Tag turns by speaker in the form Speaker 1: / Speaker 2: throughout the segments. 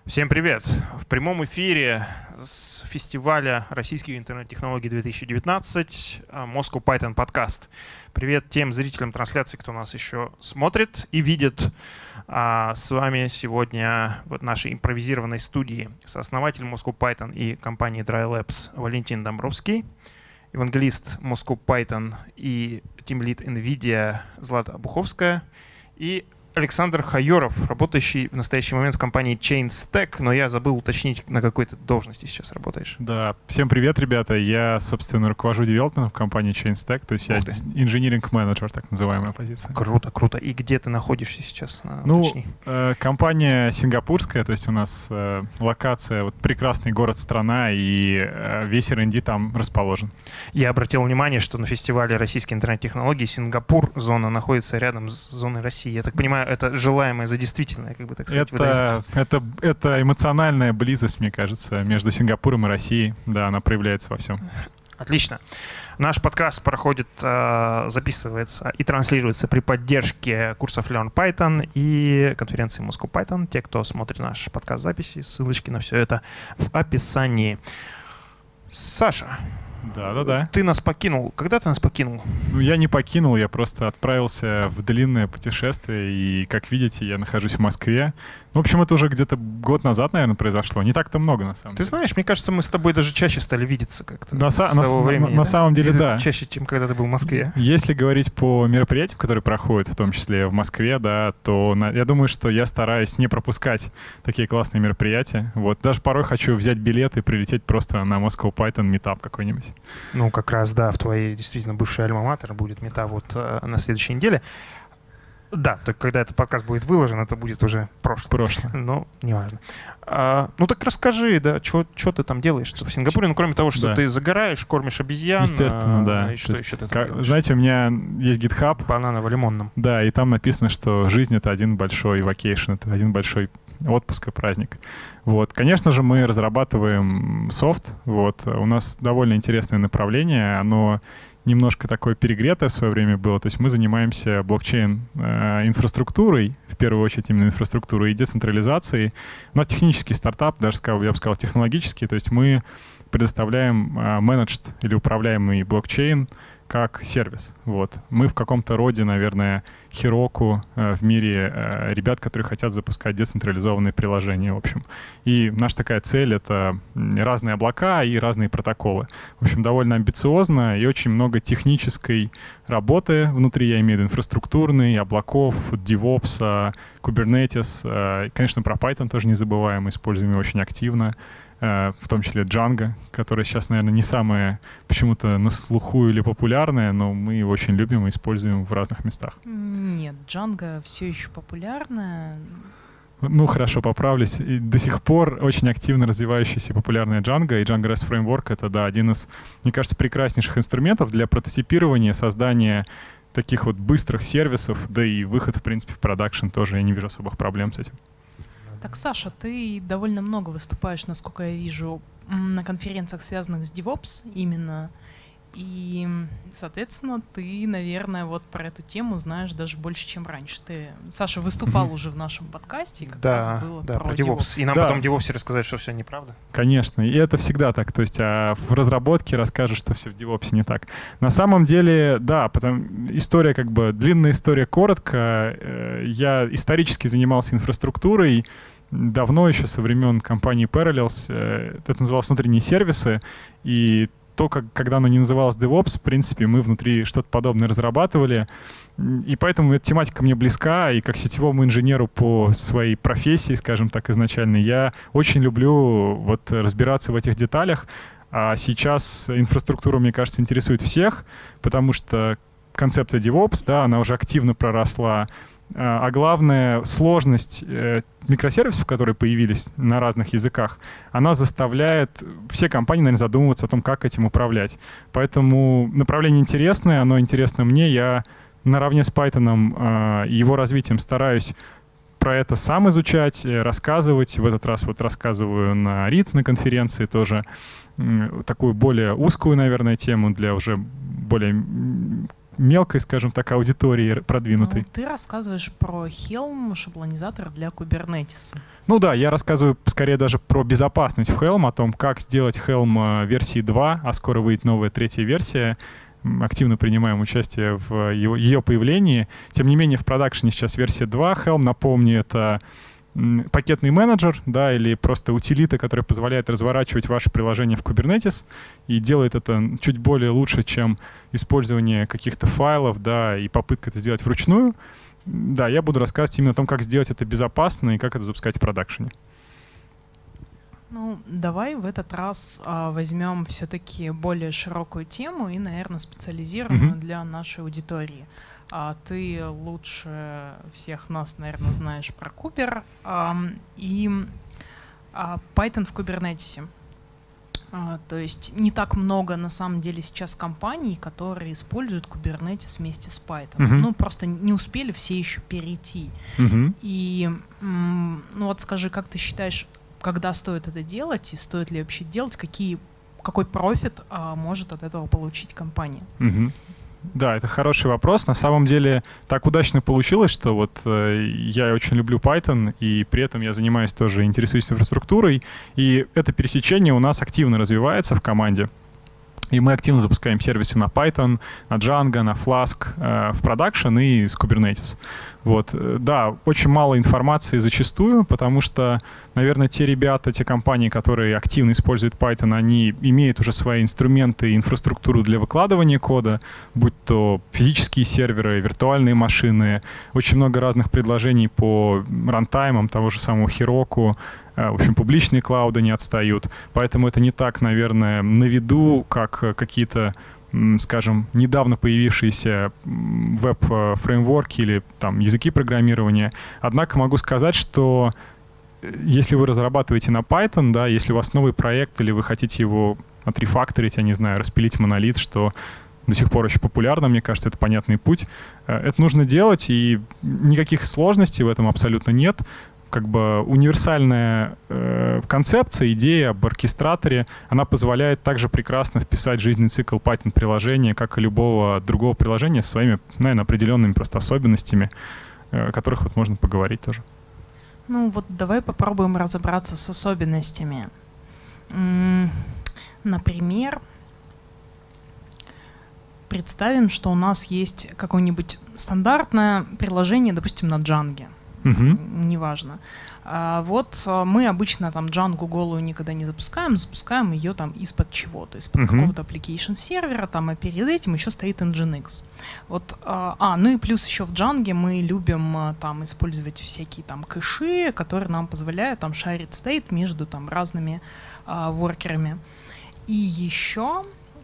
Speaker 1: Всем привет! В прямом эфире с фестиваля российских интернет-технологий 2019 Moscow Python подкаст. Привет тем зрителям трансляции, кто нас еще смотрит и видит. С вами сегодня в нашей импровизированной студии сооснователь Moscow Python и компании Dry Labs Валентин Домбровский, евангелист Moscow Python и тимлид NVIDIA Злата Обуховская и Александр Хайоров, работающий в настоящий момент в компании ChainStack, но я забыл уточнить, на какой ты должности сейчас работаешь.
Speaker 2: Да, всем привет, ребята. Я, собственно, руковожу девелопментом в компании ChainStack, то есть я инжиниринг-менеджер, так называемая позиция.
Speaker 1: Круто, круто. И где ты находишься сейчас?
Speaker 2: Компания сингапурская, то есть у нас локация, вот прекрасный город-страна, и весь R&D там расположен.
Speaker 1: Я обратил внимание, что на фестивале российских интернет-технологий Сингапур, зона, находится рядом с зоной России. Я так понимаю, это желаемое за действительное, как бы так сказать, выдается.
Speaker 2: Это эмоциональная близость, мне кажется, между Сингапуром и Россией. Да, она проявляется во всем.
Speaker 1: Отлично. Наш подкаст проходит, записывается и транслируется при поддержке курсов Learn Python и конференции Moscow Python. Те, кто смотрит наш подкаст записи, ссылочки на все это в описании. Саша.
Speaker 2: Да.
Speaker 1: Ты нас покинул. Когда ты нас покинул?
Speaker 2: Я не покинул, я просто отправился в длинное путешествие, и, как видите, я нахожусь в Москве. В общем, это уже где-то год назад, наверное, произошло. Не так-то много, на самом деле.
Speaker 1: Ты знаешь, мне кажется, мы с тобой даже чаще стали видеться как-то
Speaker 2: на самом деле, да.
Speaker 1: Чаще, чем когда ты был в Москве.
Speaker 2: Если говорить по мероприятиям, которые проходят, в том числе в Москве, да, то я думаю, что я стараюсь не пропускать такие классные мероприятия. Вот. Даже порой хочу взять билет и прилететь просто на Moscow Python метап какой-нибудь.
Speaker 1: Ну, как раз, да, в твоей действительно бывшей альма-матер будет метап вот на следующей неделе. Да, только когда этот подкаст будет выложен, это будет уже прошлое. Но неважно. Ну так расскажи, да, что ты там делаешь в Сингапуре, ну кроме того, что ты загораешь, кормишь обезьян.
Speaker 2: Естественно, да.
Speaker 1: И что еще ты там делаешь?
Speaker 2: Знаете, у меня есть GitHub.
Speaker 1: Бананово-лимонным.
Speaker 2: Да, и там написано, что жизнь — это один большой vacation, это один большой отпуск и праздник. Вот. Конечно же, мы разрабатываем софт. Вот. У нас довольно интересное направление, оно немножко такое перегретое в свое время было. То есть мы занимаемся блокчейн-инфраструктурой, в первую очередь именно инфраструктурой и децентрализацией. У нас технический стартап, даже я бы сказал технологический. То есть мы предоставляем managed или управляемый блокчейн как сервис. Вот. Мы в каком-то роде, наверное, Heroku в мире ребят, которые хотят запускать децентрализованные приложения, в общем. И наша такая цель — это разные облака и разные протоколы. В общем, довольно амбициозно и очень много технической работы внутри, я имею в виду инфраструктурной, облаков, DevOps, Kubernetes. Конечно, про Python тоже не забываем, мы используем его очень активно. В том числе Django, которая сейчас, наверное, не самая почему-то на слуху или популярная, но мы его очень любим и используем в разных местах.
Speaker 3: Нет, Django все еще популярная.
Speaker 2: Ну, хорошо, поправлюсь. И до сих пор очень активно развивающаяся популярная Django и Django REST Framework — это, да, один из, мне кажется, прекраснейших инструментов для прототипирования, создания таких вот быстрых сервисов, да и выход, в принципе, в продакшн тоже, я не вижу особых проблем с этим.
Speaker 3: Так, Саша, ты довольно много выступаешь, насколько я вижу, на конференциях, связанных с DevOps именно. И, соответственно, ты, наверное, вот про эту тему знаешь даже больше, чем раньше. Ты, Саша, выступал уже в нашем подкасте, и как раз было про DevOps.
Speaker 1: И нам потом DevOps рассказать, что все неправда.
Speaker 2: Конечно, и это всегда так. То есть в разработке расскажешь, что все в DevOps не так. На самом деле, да, история как бы, длинная история коротко. Я исторически занимался инфраструктурой, давно еще со времен компании Parallels. Это называлось внутренние сервисы, и когда оно не называлось DevOps, в принципе, мы внутри что-то подобное разрабатывали. И поэтому эта тематика мне близка, и как сетевому инженеру по своей профессии, скажем так, изначально, я очень люблю вот разбираться в этих деталях. А сейчас инфраструктура, мне кажется, интересует всех, потому что концепция DevOps, да, она уже активно проросла. А главное, сложность микросервисов, которые появились на разных языках, она заставляет все компании, наверное, задумываться о том, как этим управлять. Поэтому направление интересное, оно интересно мне. Я наравне с Python и его развитием стараюсь про это сам изучать, рассказывать. В этот раз вот рассказываю на RIT, на конференции тоже такую более узкую, наверное, тему для уже более мелкой, скажем так, аудитории продвинутой.
Speaker 3: Ты рассказываешь про Helm, шаблонизатор для Kubernetes.
Speaker 2: Ну да, я рассказываю скорее даже про безопасность в Helm, о том, как сделать Helm версии 2, а скоро выйдет новая 3-я версия. Активно принимаем участие в ее появлении. Тем не менее, в продакшене сейчас версия 2. Helm, напомню, это пакетный менеджер, да, или просто утилита, которая позволяет разворачивать ваше приложение в Kubernetes и делает это чуть более лучше, чем использование каких-то файлов, да, и попытка это сделать вручную. Да, я буду рассказывать именно о том, как сделать это безопасно и как это запускать в продакшене.
Speaker 3: Ну, давай в этот раз возьмем все-таки более широкую тему и, наверное, специализированную для нашей аудитории. Ты лучше всех нас, наверное, знаешь про Кубер и Python в Kubernetes. То есть не так много, на самом деле, сейчас компаний, которые используют Kubernetes вместе с Python. Ну, просто не успели все еще перейти. И, ну вот скажи, как ты считаешь, когда стоит это делать и стоит ли вообще делать, какой профит может от этого получить компания?
Speaker 2: Да, это хороший вопрос. На самом деле так удачно получилось, что вот я очень люблю Python, и при этом я занимаюсь тоже, интересуюсь инфраструктурой, и это пересечение у нас активно развивается в команде. И мы активно запускаем сервисы на Python, на Django, на Flask, в продакшн и с Kubernetes. Вот. Да, очень мало информации зачастую, потому что, наверное, те ребята, те компании, которые активно используют Python, они имеют уже свои инструменты и инфраструктуру для выкладывания кода, будь то физические серверы, виртуальные машины, очень много разных предложений по рантаймам того же самого Heroku. В общем, публичные клауды не отстают. Поэтому это не так, наверное, на виду, как какие-то, скажем, недавно появившиеся веб-фреймворки или там языки программирования. Однако могу сказать, что если вы разрабатываете на Python, да, если у вас новый проект или вы хотите его отрефакторить, я не знаю, распилить монолит, что до сих пор очень популярно, мне кажется, это понятный путь. Это нужно делать, и никаких сложностей в этом абсолютно нет. Как бы универсальная концепция, идея об оркестраторе, она позволяет также прекрасно вписать жизненный цикл Python-приложения, как и любого другого приложения, со своими, наверное, определенными просто особенностями, о которых вот можно поговорить тоже.
Speaker 3: Ну вот давай попробуем разобраться с особенностями. Например, представим, что у нас есть какое-нибудь стандартное приложение, допустим, на Django. Неважно. Вот мы обычно там Django голую никогда не запускаем ее там из-под чего-то, из-под какого-то application сервера, там, а перед этим еще стоит Nginx. Вот, ну и плюс еще в Django мы любим там использовать всякие там кэши, которые нам позволяют там шарить стейт между там разными воркерами. И еще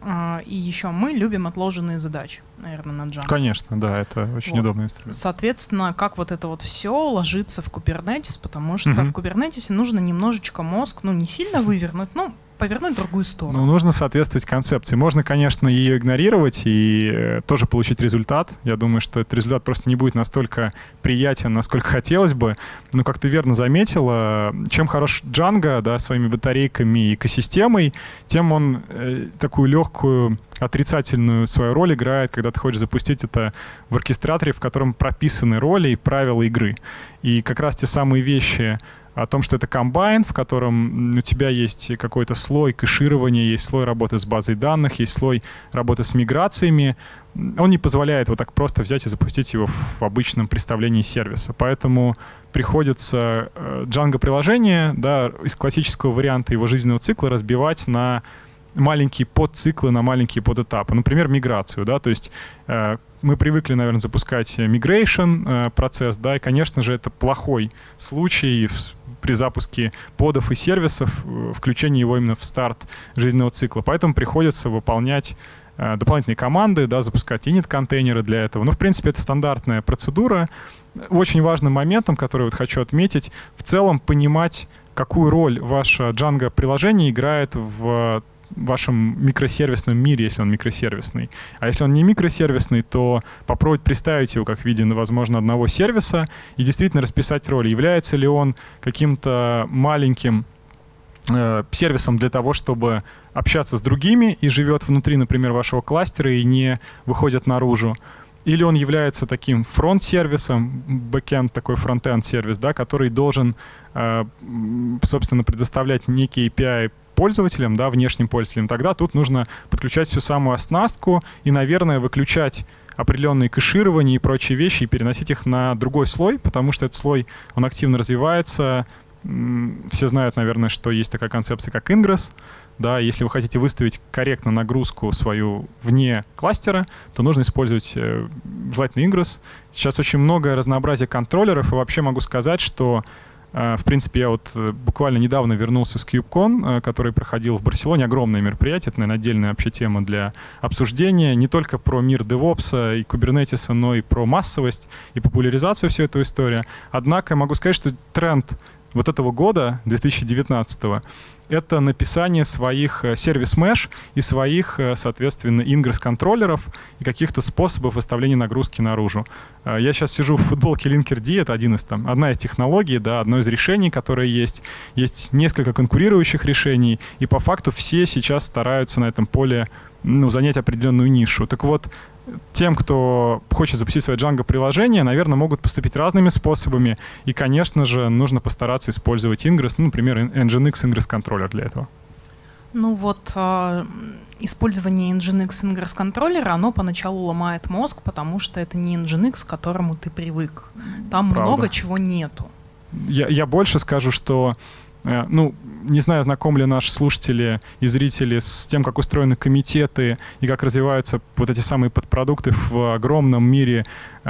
Speaker 3: мы любим отложенные задачи, наверное, на Django.
Speaker 2: Конечно, да, это очень удобный инструмент.
Speaker 3: Соответственно, как вот это вот все ложится в Kubernetes, потому что в Kubernetes нужно немножечко мозг, ну, не сильно вывернуть, но повернуть в другую сторону.
Speaker 2: Ну, нужно соответствовать концепции. Можно, конечно, ее игнорировать и тоже получить результат. Я думаю, что этот результат просто не будет настолько приятен, насколько хотелось бы. Но, как ты верно заметила, чем хорош Django, да, своими батарейками и экосистемой, тем он такую легкую отрицательную свою роль играет, когда ты хочешь запустить это в оркестраторе, в котором прописаны роли и правила игры. И как раз те самые вещи о том, что это комбайн, в котором у тебя есть какой-то слой кэширования, есть слой работы с базой данных, есть слой работы с миграциями, он не позволяет вот так просто взять и запустить его в обычном представлении сервиса. Поэтому приходится Django-приложение, да, из классического варианта его жизненного цикла разбивать на маленькие подциклы, на маленькие подэтапы. Например, миграцию, да, то есть мы привыкли, наверное, запускать migration процесс, да, и, конечно же, это плохой случай при запуске подов и сервисов, включение его именно в старт жизненного цикла. Поэтому приходится выполнять дополнительные команды, да, запускать init-контейнеры для этого. Но, в принципе, это стандартная процедура. Очень важным моментом, который вот хочу отметить, в целом понимать, какую роль ваше Django-приложение играет в вашем микросервисном мире, если он микросервисный. А если он не микросервисный, то попробовать представить его как в виде, возможно, одного сервиса и действительно расписать роль. Является ли он каким-то маленьким сервисом для того, чтобы общаться с другими и живет внутри, например, вашего кластера и не выходит наружу. Или он является таким фронт-сервисом, бэкэнд, такой фронт-энд-сервис, да, который должен, собственно, предоставлять некие API пользователям, да, внешним пользователям. Тогда тут нужно подключать всю самую оснастку и, наверное, выключать определенные кэширования и прочие вещи и переносить их на другой слой, потому что этот слой, он активно развивается. Все знают, наверное, что есть такая концепция, как Ingress. Да, если вы хотите выставить корректно нагрузку свою вне кластера, то нужно использовать желательно Ingress. Сейчас очень много разнообразия контроллеров, и вообще могу сказать, что в принципе, я вот буквально недавно вернулся с KubeCon, который проходил в Барселоне. Огромное мероприятие, это, наверное, отдельная вообще тема для обсуждения. Не только про мир DevOps и Kubernetes, но и про массовость и популяризацию всей этой истории. Однако могу сказать, что тренд вот этого года, 2019-го, это написание своих сервис-меш и своих, соответственно, Ingress-контроллеров и каких-то способов выставления нагрузки наружу. Я сейчас сижу в футболке Linkerd, это одна из технологий, да, одно из решений, которые есть. Есть несколько конкурирующих решений, и по факту все сейчас стараются на этом поле занять определенную нишу. Так вот, тем, кто хочет запустить свое Django-приложение, наверное, могут поступить разными способами. И, конечно же, нужно постараться использовать Ingress, например, Nginx Ingress контроллер для этого.
Speaker 3: Ну вот, использование Nginx Ingress контроллера, оно поначалу ломает мозг, потому что это не Nginx, к которому ты привык. Там
Speaker 2: Правда.
Speaker 3: много чего нету.
Speaker 2: Я больше скажу, что не знаю, знакомы ли наши слушатели и зрители с тем, как устроены комитеты и как развиваются вот эти самые подпродукты в огромном мире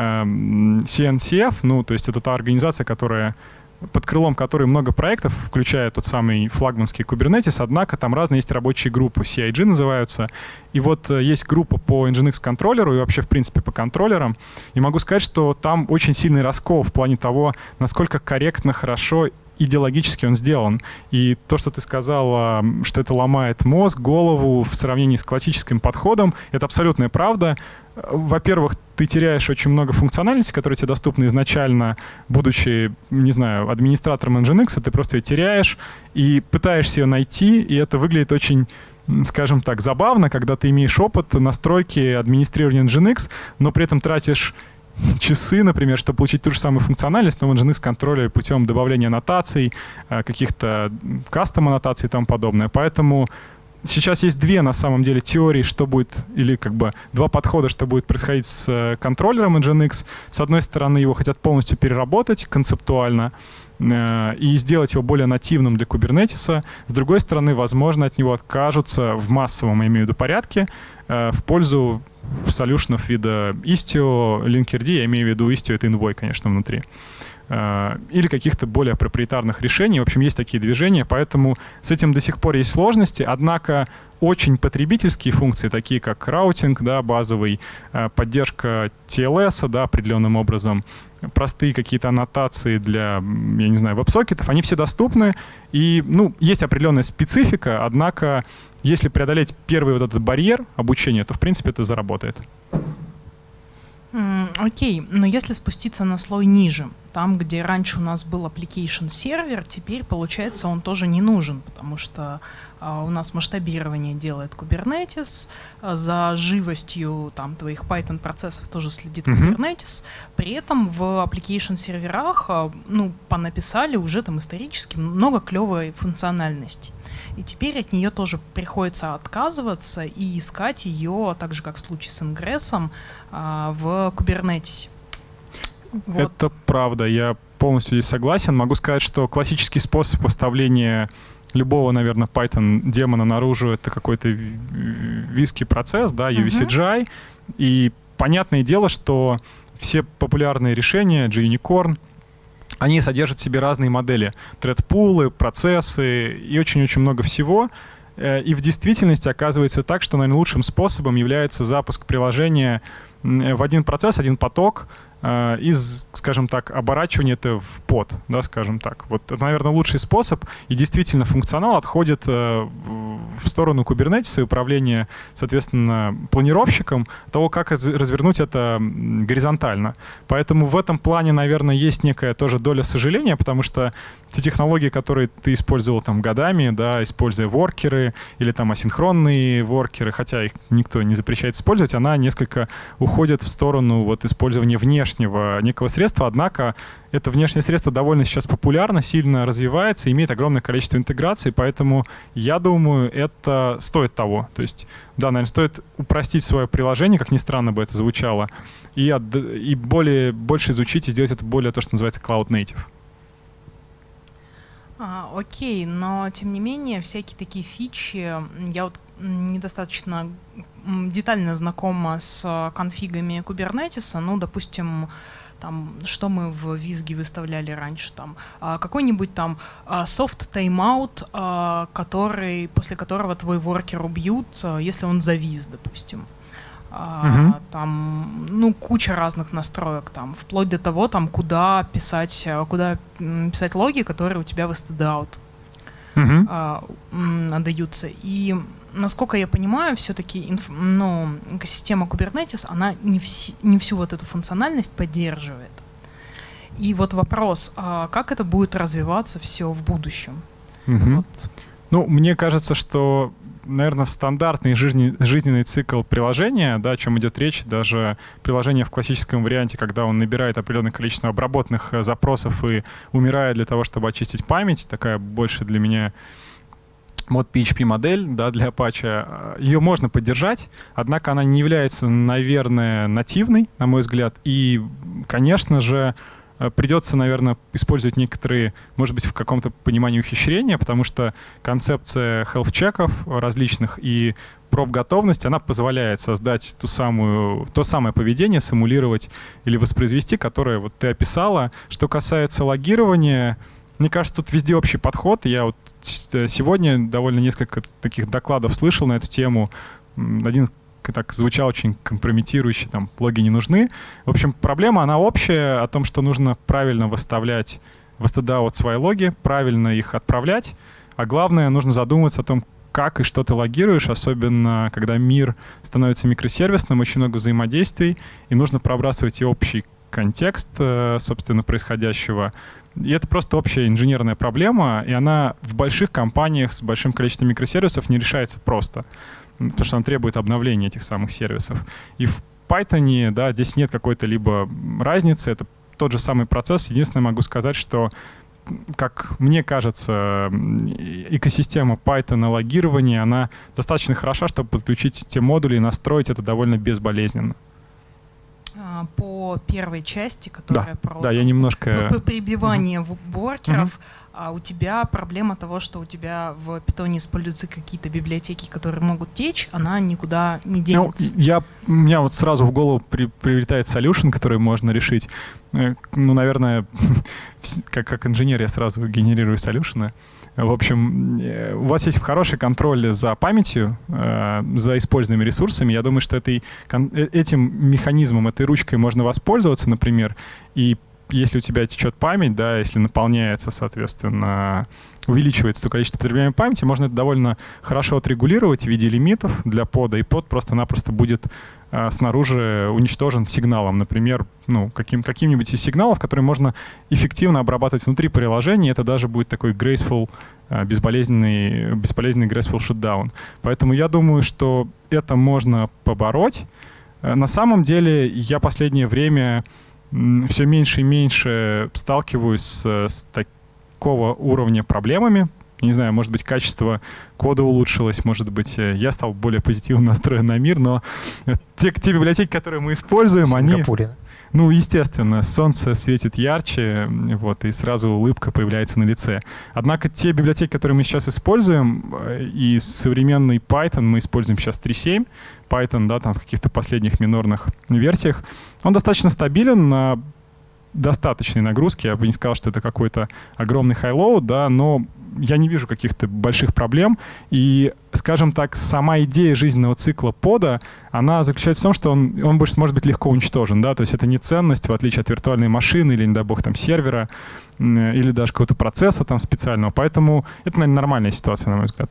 Speaker 2: CNCF. То есть это та организация, под крылом которой много проектов, включая тот самый флагманский Kubernetes, однако там разные есть рабочие группы, CIG называются. И вот есть группа по Nginx контроллеру и вообще, в принципе, по контроллерам. И могу сказать, что там очень сильный раскол в плане того, насколько корректно, хорошо идеологически он сделан. И то, что ты сказала, что это ломает мозг, голову в сравнении с классическим подходом, это абсолютная правда. Во-первых, ты теряешь очень много функциональности, которые тебе доступны изначально, будучи, не знаю, администратором Nginx, ты просто ее теряешь и пытаешься ее найти, и это выглядит очень, скажем так, забавно, когда ты имеешь опыт настройки администрирования Nginx, но при этом тратишь часы, например, чтобы получить ту же самую функциональность, но в Nginx контроллере путем добавления аннотаций, каких-то кастом-аннотаций и тому подобное. Поэтому сейчас есть на самом деле, теории, что будет, или два подхода, что будет происходить с контроллером Nginx. С одной стороны, его хотят полностью переработать концептуально и сделать его более нативным для Kubernetes. С другой стороны, возможно, от него откажутся в массовом, я имею в виду, порядке в пользу солюшенов вида Istio, Linkerd, я имею в виду Istio, это Envoy, конечно, внутри. Или каких-то более проприетарных решений. В общем, есть такие движения, поэтому с этим до сих пор есть сложности, однако очень потребительские функции, такие как раутинг, да, базовый, поддержка TLS, да, определенным образом, простые какие-то аннотации для, я не знаю, веб-сокетов, они все доступны, и, есть определенная специфика, однако, если преодолеть первый вот этот барьер обучения, то, в принципе, это заработает.
Speaker 3: Окей, но если спуститься на слой ниже, там, где раньше у нас был application сервер, теперь, получается, он тоже не нужен, потому что у нас масштабирование делает Kubernetes, за живостью твоих Python процессов тоже следит Kubernetes. При этом в application серверах понаписали уже исторически много клевой функциональности. И теперь от нее тоже приходится отказываться и искать ее, так же как в случае с Ingress, в Kubernetes. Вот.
Speaker 2: Это правда, я полностью здесь согласен. Могу сказать, что классический способ поставления любого, наверное, Python-демона наружу — это какой-то виски процесс, да, UVCGI. И понятное дело, что все популярные решения, JUnicorn, они содержат в себе разные модели. Thread-пулы, процессы и очень-очень много всего. И в действительности оказывается так, что, наверное, лучшим способом является запуск приложения в один процесс, один поток, и, скажем так, оборачивание это в под, да, скажем так. Вот это, наверное, лучший способ, и действительно функционал отходит в сторону Kubernetes и управления, соответственно, планировщиком того, как развернуть это горизонтально. Поэтому в этом плане, наверное, есть некая тоже доля сожаления, потому что те технологии, которые ты использовал там годами, да, используя воркеры или там асинхронные воркеры, хотя их никто не запрещает использовать, она несколько уходит в сторону вот использования внешнего некого средства, однако это внешнее средство довольно сейчас популярно, сильно развивается, имеет огромное количество интеграций, поэтому я думаю, это стоит того. То есть, да, наверное, стоит упростить свое приложение, как ни странно бы это звучало, и больше изучить и сделать это более то, что называется Cloud Native.
Speaker 3: Окей, но тем не менее всякие такие фичи, я вот недостаточно детально знакома с конфигами Kubernetes, ну, допустим, там, что мы в Визге выставляли раньше, там, какой-нибудь там soft timeout, после которого твой воркер убьют, если он завис, допустим. Там, ну, куча разных настроек, там, вплоть до того, там, куда писать логи, которые у тебя в std-out отдаются. И насколько я понимаю, все-таки экосистема Kubernetes, она не всю вот эту функциональность поддерживает. И вот вопрос, как это будет развиваться все в будущем? Вот.
Speaker 2: Ну, мне кажется, что, наверное, стандартный жизненный цикл приложения, да, о чем идет речь, даже приложение в классическом варианте, когда он набирает определенное количество обработанных запросов и умирает для того, чтобы очистить память, такая больше для меня mod PHP модель, да, для Apache, ее можно поддержать, однако она не является, наверное, нативной, на мой взгляд, и, конечно же, придется, наверное, использовать некоторые, может быть, в каком-то понимании ухищрения, потому что концепция health-чеков различных и проб-готовность, она позволяет создать то самое поведение, симулировать или воспроизвести, которое вот ты описала. Что касается логирования, мне кажется, тут везде общий подход. Я вот сегодня довольно несколько таких докладов слышал на эту тему. Один так звучал очень компрометирующе, там, логи не нужны. В общем, проблема, она общая, о том, что нужно правильно выставлять в std-out свои логи, правильно их отправлять, а главное, нужно задуматься о том, как и что ты логируешь, особенно когда мир становится микросервисным, очень много взаимодействий, и нужно пробрасывать и общий контекст, собственно, происходящего. И это просто общая инженерная проблема, и она в больших компаниях с большим количеством микросервисов не решается просто, потому что она требует обновления этих самых сервисов. И в Python, да, здесь нет какой-то либо разницы, это тот же самый процесс. Единственное, могу сказать, что, как мне кажется, экосистема Python логирования, она достаточно хороша, чтобы подключить те модули и настроить это довольно безболезненно.
Speaker 3: По первой части, которая
Speaker 2: про я немножко...
Speaker 3: прибивание воркеров, у тебя проблема того, что у тебя в Python используются какие-то библиотеки, которые могут течь, она никуда не денется.
Speaker 2: У меня вот сразу в голову прилетает solution, который можно решить. Ну, наверное, как инженер я сразу генерирую солюшены. В общем, у вас есть хороший контроль за памятью, за использованными ресурсами. Я думаю, что этим механизмом, этой ручкой можно воспользоваться, например, и если у тебя течет память, да, если наполняется, соответственно, увеличивается то количество потребляемой памяти, можно это довольно хорошо отрегулировать в виде лимитов для пода, и под просто-напросто будет снаружи уничтожен сигналом. Например, каким-нибудь из сигналов, которые можно эффективно обрабатывать внутри приложения. Это даже будет такой graceful, безболезненный graceful shutdown. Поэтому я думаю, что это можно побороть. На самом деле я последнее время все меньше и меньше сталкиваюсь с такого уровня проблемами. Не знаю, может быть, качество кода улучшилось, может быть, я стал более позитивно настроен на мир, но те библиотеки, которые мы используем, они... Ну, естественно, солнце светит ярче, вот, и сразу улыбка появляется на лице. Однако те библиотеки, которые мы сейчас используем, и современный Python, мы используем сейчас 3.7, Python, да, там в каких-то последних минорных версиях, он достаточно стабилен на достаточной нагрузки. Я бы не сказал, что это какой-то огромный хай-лоуд, да, но я не вижу каких-то больших проблем. И, скажем так, сама идея жизненного цикла пода, она заключается в том, что он больше может быть легко уничтожен, да, то есть это не ценность, в отличие от виртуальной машины или, не дай бог, там, сервера или даже какого-то процесса там специального. Поэтому это, наверное, нормальная ситуация, на мой взгляд.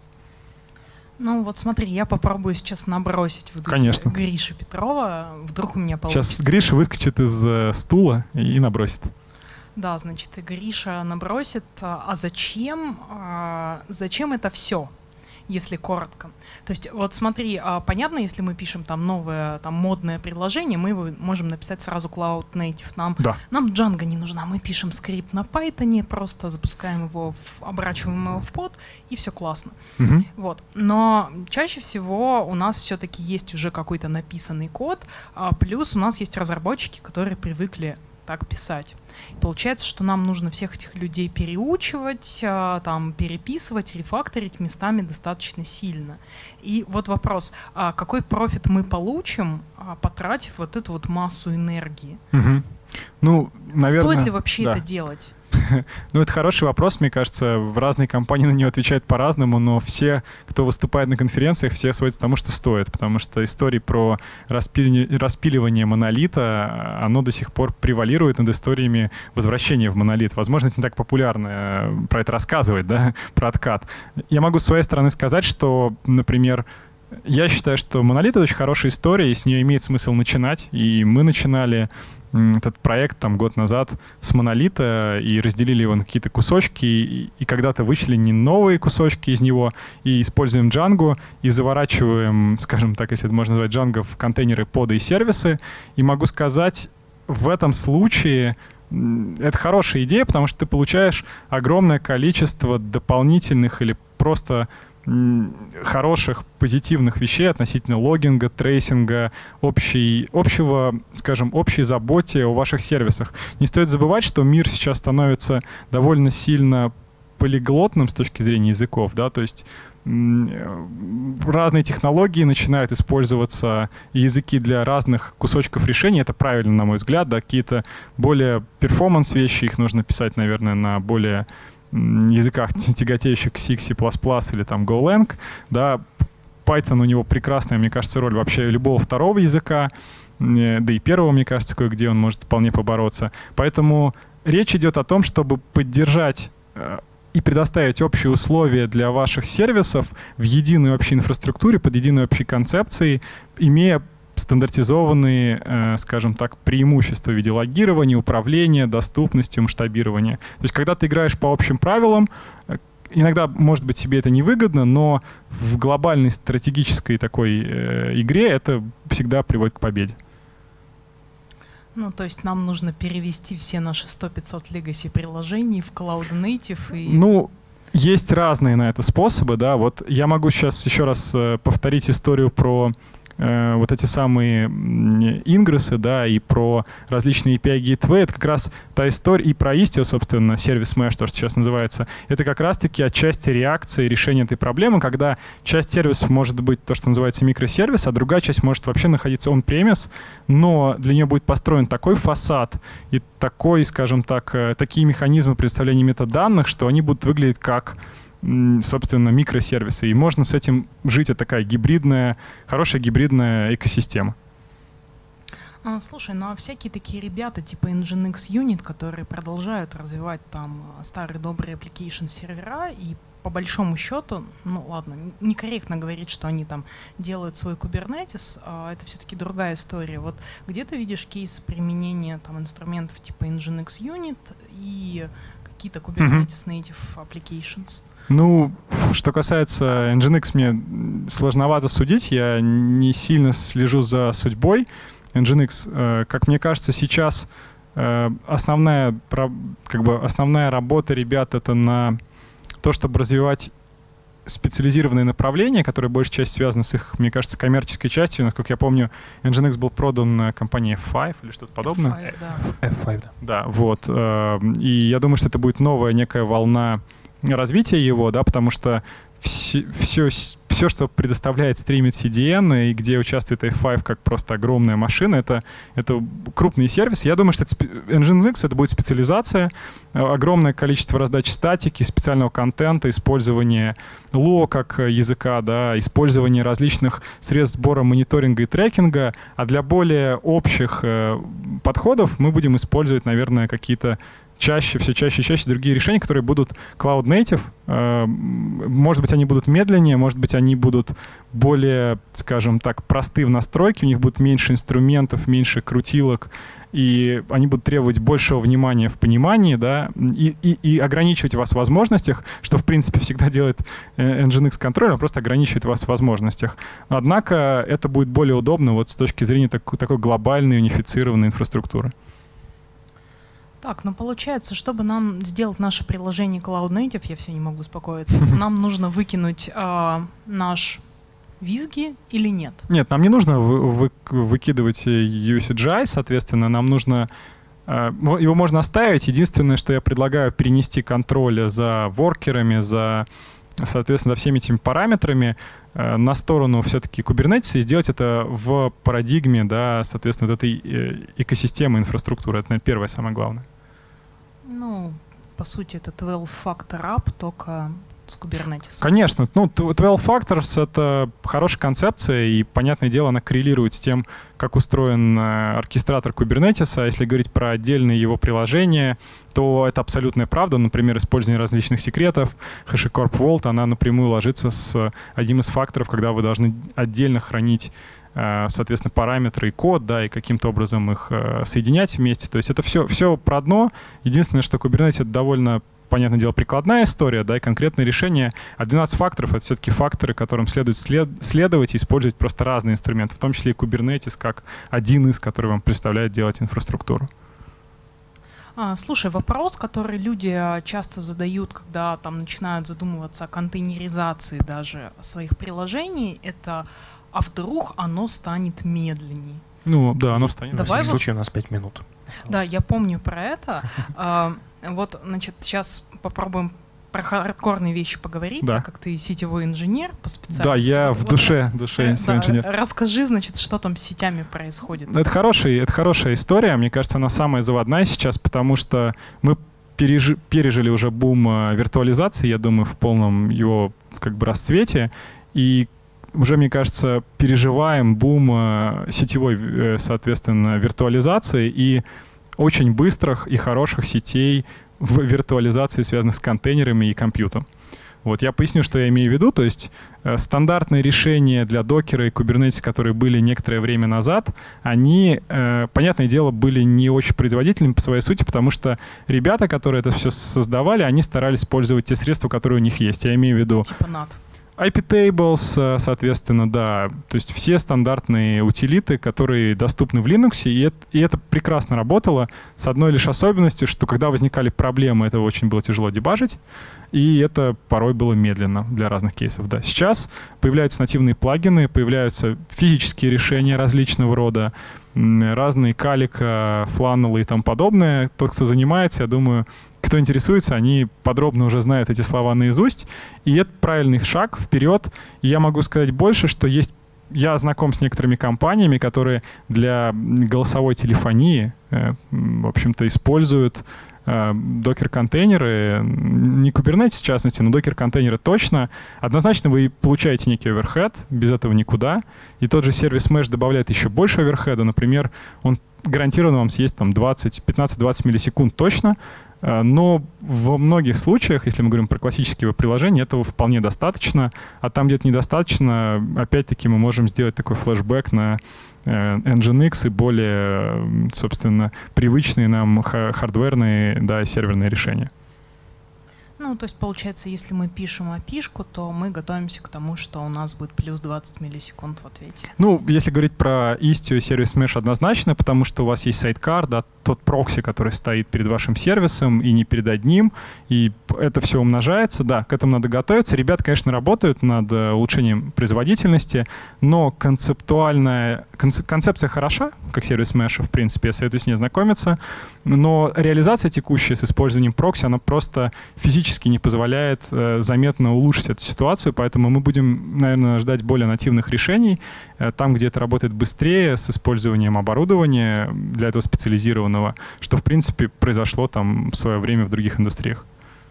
Speaker 3: Ну вот смотри, я попробую сейчас набросить в духе Гриши Петрова. Вдруг у меня получится.
Speaker 2: Сейчас Гриша выскочит из стула и набросит.
Speaker 3: Да, значит, и Гриша набросит. А зачем это все, если коротко? То есть вот смотри, понятно, если мы пишем там новое, там модное приложение, мы его можем написать сразу Cloud Native. Нам Django не нужна, мы пишем скрипт на Python, просто запускаем его, оборачиваем его в под, и все классно. Вот. Но чаще всего у нас все-таки есть уже какой-то написанный код, плюс у нас есть разработчики, которые привыкли так писать. Получается, что нам нужно всех этих людей переучивать, там, переписывать, рефакторить местами достаточно сильно. И вот вопрос, какой профит мы получим, потратив вот эту вот массу энергии?
Speaker 2: Ну, наверное,
Speaker 3: стоит ли вообще это делать?
Speaker 2: Ну, это хороший вопрос, мне кажется. Разные компании на него отвечают по-разному, но все, кто выступает на конференциях, все сводятся к тому, что стоит, потому что истории про распиливание монолита, оно до сих пор превалирует над историями возвращения в монолит. Возможно, это не так популярно про это рассказывать, да, про откат. Я могу с своей стороны сказать, что, например, я считаю, что монолит — это очень хорошая история, и с нее имеет смысл начинать. И мы начинали этот проект там год назад с монолита и разделили его на какие-то кусочки, и когда-то вычли не новые кусочки из него, и используем Django, и заворачиваем, скажем так, если это можно назвать Django, в контейнеры, поды и сервисы. И могу сказать, в этом случае это хорошая идея, потому что ты получаешь огромное количество дополнительных или просто хороших, позитивных вещей относительно логинга, трейсинга, общей заботе о ваших сервисах. Не стоит забывать, что мир сейчас становится довольно сильно полиглотным с точки зрения языков, да, то есть разные технологии начинают использоваться, языки для разных кусочков решений. Это правильно, на мой взгляд, да, какие-то более перформанс-вещи, их нужно писать, наверное, на более языках, тяготеющих к C, C++ или там Golang, да, Python, у него прекрасная, мне кажется, роль вообще любого второго языка, да и первого, мне кажется, кое-где он может вполне побороться. Поэтому речь идет о том, чтобы поддержать и предоставить общие условия для ваших сервисов в единой общей инфраструктуре, под единой общей концепцией, имея стандартизованные, скажем так, преимущества в виде логирования, управления, доступности, масштабирования. То есть, когда ты играешь по общим правилам, иногда, может быть, себе это невыгодно, но в глобальной стратегической такой игре это всегда приводит к победе.
Speaker 3: Ну, то есть нам нужно перевести все наши 100-500 legacy приложений в Cloud Native и...
Speaker 2: Ну, есть разные на это способы, да. Вот я могу сейчас еще раз повторить историю про вот эти самые ингрессы, да, и про различные API Gateway. Это как раз та история, и про Istio, собственно, сервис Mesh, то, что сейчас называется. Это как раз-таки отчасти реакции решения этой проблемы, когда часть сервисов может быть то, что называется микросервис, а другая часть может вообще находиться on-premise, но для нее будет построен такой фасад и такой, скажем так, такие механизмы представления метаданных, что они будут выглядеть как, собственно, микросервисы. И можно с этим жить. Это такая гибридная, хорошая гибридная экосистема.
Speaker 3: Слушай, ну а всякие такие ребята типа Nginx Unit, которые продолжают развивать там старые добрые application сервера, и по большому счету, ну ладно, некорректно говорить, что они там делают свой Kubernetes, это все-таки другая история. Вот где ты видишь кейс применения там инструментов типа Nginx Unit и какие-то Kubernetes Native Applications?
Speaker 2: Ну, что касается Nginx, мне сложновато судить, я не сильно слежу за судьбой Nginx. Как мне кажется, сейчас основная работа ребят — это на то, чтобы развивать специализированные направления, которые большей частью связаны с их, мне кажется, коммерческой частью. Насколько я помню, Nginx был продан компанией F5 или что-то подобное.
Speaker 1: F5, да.
Speaker 2: Да, вот. И я думаю, что это будет новая некая волна развития его, да, потому что все, что предоставляет, стримит CDN, и где участвует A5 как просто огромная машина, это крупный сервис. Я думаю, что Nginx — это будет специализация, огромное количество раздачи статики, специального контента, использование Lua как языка, да, использование различных средств сбора мониторинга и трекинга, а для более общих подходов мы будем использовать, наверное, какие-то все чаще и чаще другие решения, которые будут cloud native. Может быть, они будут медленнее, может быть, они будут более, скажем так, просты в настройке, у них будет меньше инструментов, меньше крутилок, и они будут требовать большего внимания в понимании, да, и ограничивать вас в возможностях, что, в принципе, всегда делает Nginx контроль, он просто ограничивает вас в возможностях. Однако это будет более удобно вот с точки зрения такой глобальной унифицированной инфраструктуры.
Speaker 3: Так, ну получается, чтобы нам сделать наше приложение Cloud Native, я все не могу успокоиться, нам нужно выкинуть наш Визги или нет? Нет,
Speaker 2: нам не нужно выкидывать USGI, соответственно, нам нужно... Его можно оставить. Единственное, что я предлагаю, перенести контроль за воркерами, соответственно, за всеми этими параметрами на сторону все-таки Kubernetes и сделать это в парадигме, да, соответственно, вот этой экосистемы инфраструктуры. Это, наверное, первое, самое главное.
Speaker 3: Ну, по сути, это 12-factor app, только с Kubernetes.
Speaker 2: Конечно. 12 factors — это хорошая концепция, и, понятное дело, она коррелирует с тем, как устроен оркестратор Kubernetes. А если говорить про отдельные его приложения, то это абсолютная правда. Например, использование различных секретов, HashiCorp Vault, она напрямую ложится с одним из факторов, когда вы должны отдельно хранить, соответственно, параметры и код, да, и каким-то образом их соединять вместе. То есть это все про одно. Единственное, что Kubernetes — это довольно, понятное дело, прикладная история, да, и конкретное решение. А 12 факторов — это все-таки факторы, которым следует следовать и использовать просто разные инструменты, в том числе и Kubernetes как один из, который вам представляет делать инфраструктуру.
Speaker 3: Слушай, вопрос, который люди часто задают, когда там начинают задумываться о контейнеризации даже своих приложений, это: а вдруг оно станет медленнее?
Speaker 2: Ну да, оно станет.
Speaker 1: В всяком случае, у нас 5 минут осталось.
Speaker 3: Да, я помню про это. Вот, значит, сейчас попробуем про хардкорные вещи поговорить,
Speaker 2: да.
Speaker 3: Так как ты сетевой инженер по специальности.
Speaker 2: Да, я в душе сетевой инженер.
Speaker 3: Расскажи, значит, что там с сетями происходит.
Speaker 2: Это хорошая история. Мне кажется, она самая заводная сейчас, потому что мы пережили уже бум виртуализации, я думаю, в полном его как бы расцвете. И уже, мне кажется, переживаем бум сетевой, соответственно, виртуализации и очень быстрых и хороших сетей в виртуализации, связанных с контейнерами и компьютером. Вот, я поясню, что я имею в виду. То есть стандартные решения для докера и Kubernetes, которые были некоторое время назад, они, понятное дело, были не очень производительными по своей сути, потому что ребята, которые это все создавали, они старались использовать те средства, которые у них есть. Я имею в виду...
Speaker 3: Типа NAT.
Speaker 2: IP-tables, соответственно, да, то есть все стандартные утилиты, которые доступны в Linux, и это прекрасно работало, с одной лишь особенностью, что когда возникали проблемы, это очень было тяжело дебажить, и это порой было медленно для разных кейсов. Да. Сейчас появляются нативные плагины, появляются физические решения различного рода, разные калика, фланнелы и тому подобное. Тот, кто занимается, я думаю, кто интересуется, они подробно уже знают эти слова наизусть. И это правильный шаг вперед. И я могу сказать больше, что я знаком с некоторыми компаниями, которые для голосовой телефонии, в общем-то, используют докер-контейнеры, не Kubernetes в частности, но докер-контейнеры точно. Однозначно вы получаете некий оверхед, без этого никуда. И тот же сервис Mesh добавляет еще больше оверхеда. Например, он гарантированно вам съест там 15-20 миллисекунд точно. Но во многих случаях, если мы говорим про классические приложения, этого вполне достаточно. А там, где-то недостаточно, опять-таки мы можем сделать такой флешбэк на Nginx и более, собственно, привычные нам хардверные, да, серверные решения.
Speaker 3: Ну, то есть, получается, если мы пишем API-шку, то мы готовимся к тому, что у нас будет плюс 20 миллисекунд в ответе.
Speaker 2: Ну, если говорить про Istio и сервис Mesh, однозначно, потому что у вас есть сайдкар, да, тот прокси, который стоит перед вашим сервисом и не перед одним, и это все умножается, да, к этому надо готовиться. Ребята, конечно, работают над улучшением производительности, но концепция хороша, как сервис Mesh, в принципе, я советую с ней знакомиться. Но реализация текущая с использованием прокси, она просто физически не позволяет заметно улучшить эту ситуацию, поэтому мы будем, наверное, ждать более нативных решений, там, где это работает быстрее, с использованием оборудования для этого специализированного, что, в принципе, произошло там в свое время в других индустриях.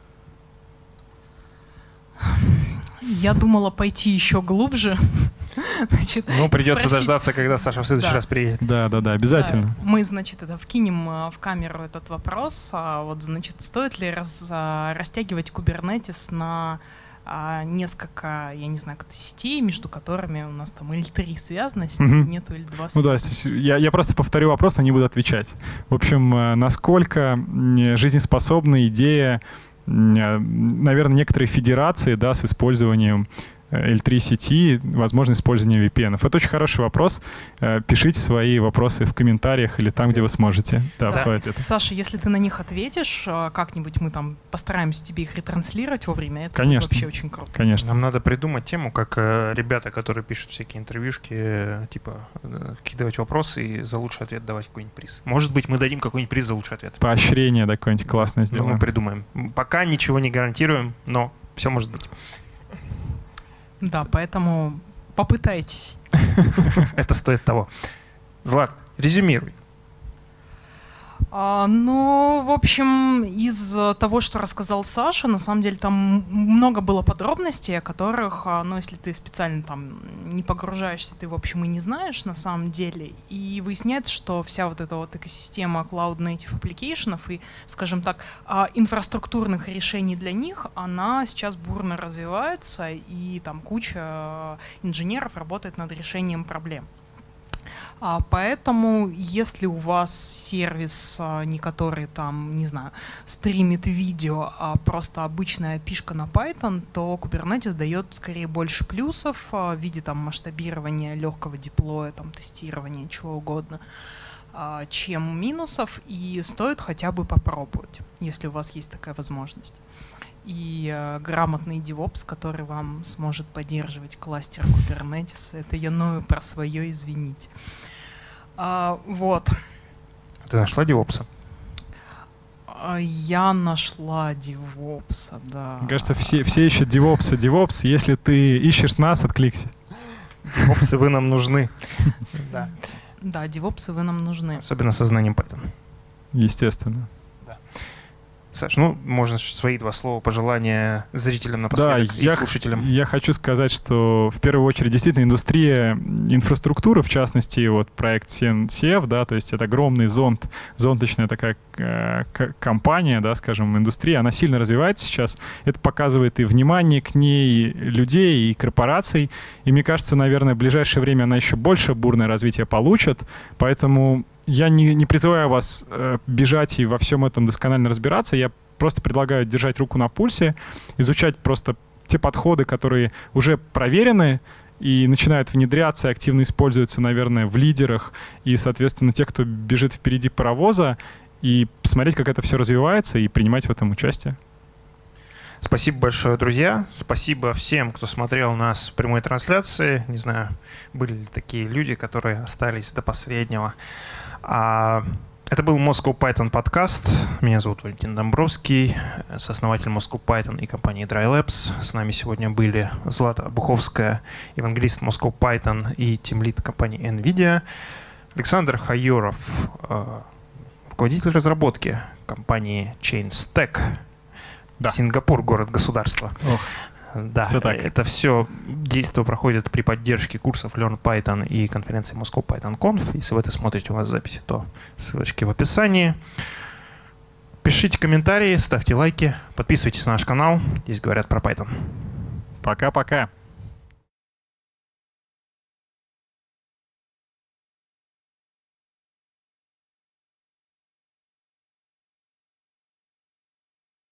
Speaker 3: Я думала пойти еще глубже. Значит,
Speaker 1: ну, придется дождаться, когда Саша в следующий раз приедет.
Speaker 2: Да, обязательно.
Speaker 3: Да, мы, значит, вкинем в камеру этот вопрос. Вот, значит, стоит ли растягивать Kubernetes на несколько, я не знаю, сетей, между которыми у нас там L3 связано, с ними нету L2 связано.
Speaker 2: Ну да, я просто повторю вопрос, на них буду отвечать. В общем, насколько жизнеспособна идея, наверное, некоторые федерации, да, с использованием L3 сети, возможно использование VPN. Это очень хороший вопрос. Пишите свои вопросы в комментариях или там, где вы сможете. Да, свой ответ.
Speaker 3: Саша, если ты на них ответишь, как-нибудь мы там постараемся тебе их ретранслировать вовремя. Это
Speaker 2: конечно,
Speaker 3: будет вообще очень круто.
Speaker 2: Конечно.
Speaker 1: Нам надо придумать тему, как ребята, которые пишут всякие интервьюшки, типа кидывать вопросы и за лучший ответ давать какой-нибудь приз. Может быть, мы дадим какой-нибудь приз за лучший ответ.
Speaker 2: Поощрение, да, какое-нибудь классное сделаем.
Speaker 1: Мы придумаем. Пока ничего не гарантируем, но все может быть.
Speaker 3: Да, поэтому попытайтесь.
Speaker 1: Это стоит того. Злат, резюмируй.
Speaker 3: Ну, в общем, из того, что рассказал Саша, на самом деле там много было подробностей, о которых, ну, если ты специально там не погружаешься, ты, в общем, и не знаешь на самом деле. И выясняется, что вся вот эта вот экосистема Cloud Native Applications и, скажем так, инфраструктурных решений для них, она сейчас бурно развивается, и там куча инженеров работает над решением проблем. Поэтому, если у вас сервис, не который там, не знаю, стримит видео, а просто обычная API-шка на Python, то Kubernetes дает скорее больше плюсов в виде там масштабирования, легкого деплоя, там, тестирования, чего угодно, чем минусов, и стоит хотя бы попробовать, если у вас есть такая возможность. И грамотный DevOps, который вам сможет поддерживать кластер Kubernetes. Это я ною про свое, извините. Вот.
Speaker 1: Ты нашла DevOps?
Speaker 3: Я нашла DevOps, да.
Speaker 2: Мне кажется, все ищут DevOps. DevOps, если ты ищешь нас, откликся.
Speaker 1: DevOps, вы нам нужны.
Speaker 3: Да, DevOps, вы нам нужны.
Speaker 1: Особенно со знанием Python.
Speaker 2: Естественно.
Speaker 1: Саш, ну, можно свои два слова пожелания зрителям напоследок и слушателям.
Speaker 2: Я хочу сказать, что в первую очередь действительно индустрия инфраструктуры, в частности, вот проект CNCF, да, то есть это огромный зонточная такая компания, да, скажем, индустрия, она сильно развивается сейчас. Это показывает и внимание к ней людей, и корпораций. И мне кажется, наверное, в ближайшее время она еще больше бурное развитие получит. Поэтому я не призываю вас бежать и во всем этом досконально разбираться. Я просто предлагаю держать руку на пульсе, изучать просто те подходы, которые уже проверены и начинают внедряться и активно используются, наверное, в лидерах и, соответственно, те, кто бежит впереди паровоза, и посмотреть, как это все развивается, и принимать в этом участие.
Speaker 1: Спасибо большое, друзья. Спасибо всем, кто смотрел нас в прямой трансляции. Не знаю, были ли такие люди, которые остались до последнего. Это был Moscow Python подкаст. Меня зовут Валентин Домбровский, сооснователь Moscow Python и компании Dry Labs. С нами сегодня были Злата Буховская, евангелист Moscow Python и тимлид компании NVIDIA, Александр Хайоров, руководитель разработки компании ChainStack. Да. Сингапур, город-государство. Да, все так. Это все действие проходит при поддержке курсов Learn Python и конференции Moscow Python Conf. Если вы это смотрите, у вас записи, то ссылочки в описании. Пишите комментарии, ставьте лайки, подписывайтесь на наш канал. Здесь говорят про Python.
Speaker 2: Пока-пока.